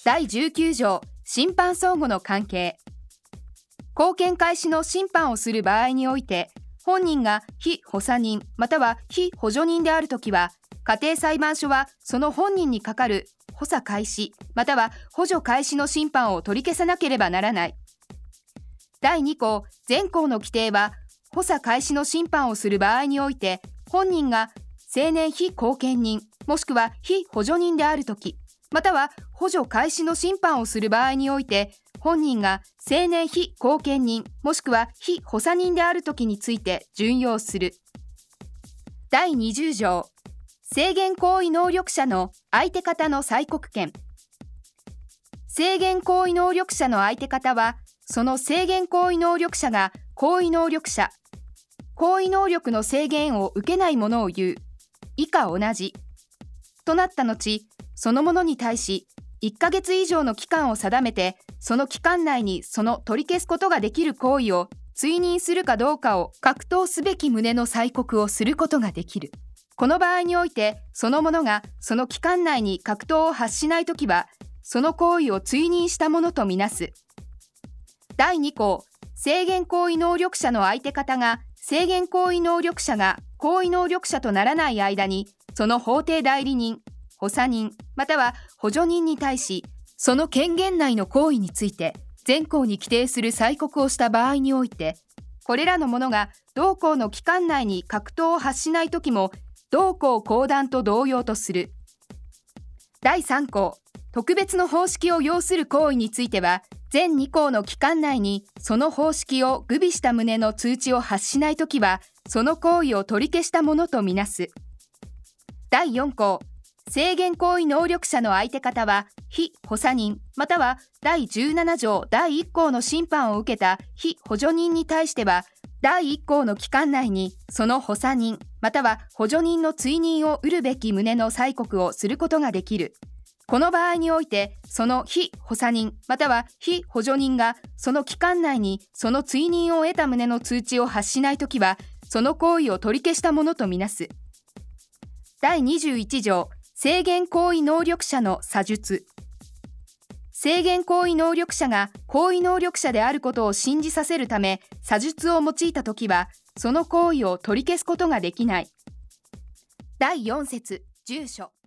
第19条、審判相互の関係。公検開始の審判をする場合において、本人が被補佐人または被補助人であるときは、家庭裁判所はその本人にかかる補佐開始または補助開始の審判を取り消さなければならない。第2項、前項の規定は、補佐開始の審判をする場合において、本人が成年被後見人もしくは被補助人であるとき、または補助開始の審判をする場合において、本人が成年被後見人もしくは被補佐人であるときについて準用する。第20条、制限行為能力者の相手方の催告権。制限行為能力者の相手方は、その制限行為能力者が行為能力者、行為能力の制限を受けないものを言う、以下同じとなった後、そのものに対し1ヶ月以上の期間を定めて、その期間内にその取り消すことができる行為を追認するかどうかを確当すべき旨の催告をすることができる。この場合において、その者がその期間内に確当を発しないときは、その行為を追認したものとみなす。第2項、制限行為能力者の相手方が制限行為能力者が行為能力者とならない間に、その法定代理人、補佐人または補助人に対し、その権限内の行為について前項に規定する催告をした場合において、これらの者が同項の期間内に確当を発しないときも、同項後段と同様とする。第3項、特別の方式を要する行為については、前2項の期間内にその方式を具備した旨の通知を発しないときは、その行為を取り消したものとみなす。第4項、制限行為能力者の相手方は、被補佐人または第17条第1項の審判を受けた被補助人に対しては、第1項の期間内にその補佐人または補助人の追認を得るべき旨の催告をすることができる。この場合において、その被補佐人または被補助人がその期間内にその追認を得た旨の通知を発しないときは、その行為を取り消したものとみなす。第21条、制限行為能力者の査述。制限行為能力者が行為能力者であることを信じさせるため、査述を用いたときは、その行為を取り消すことができない。第4節、10書。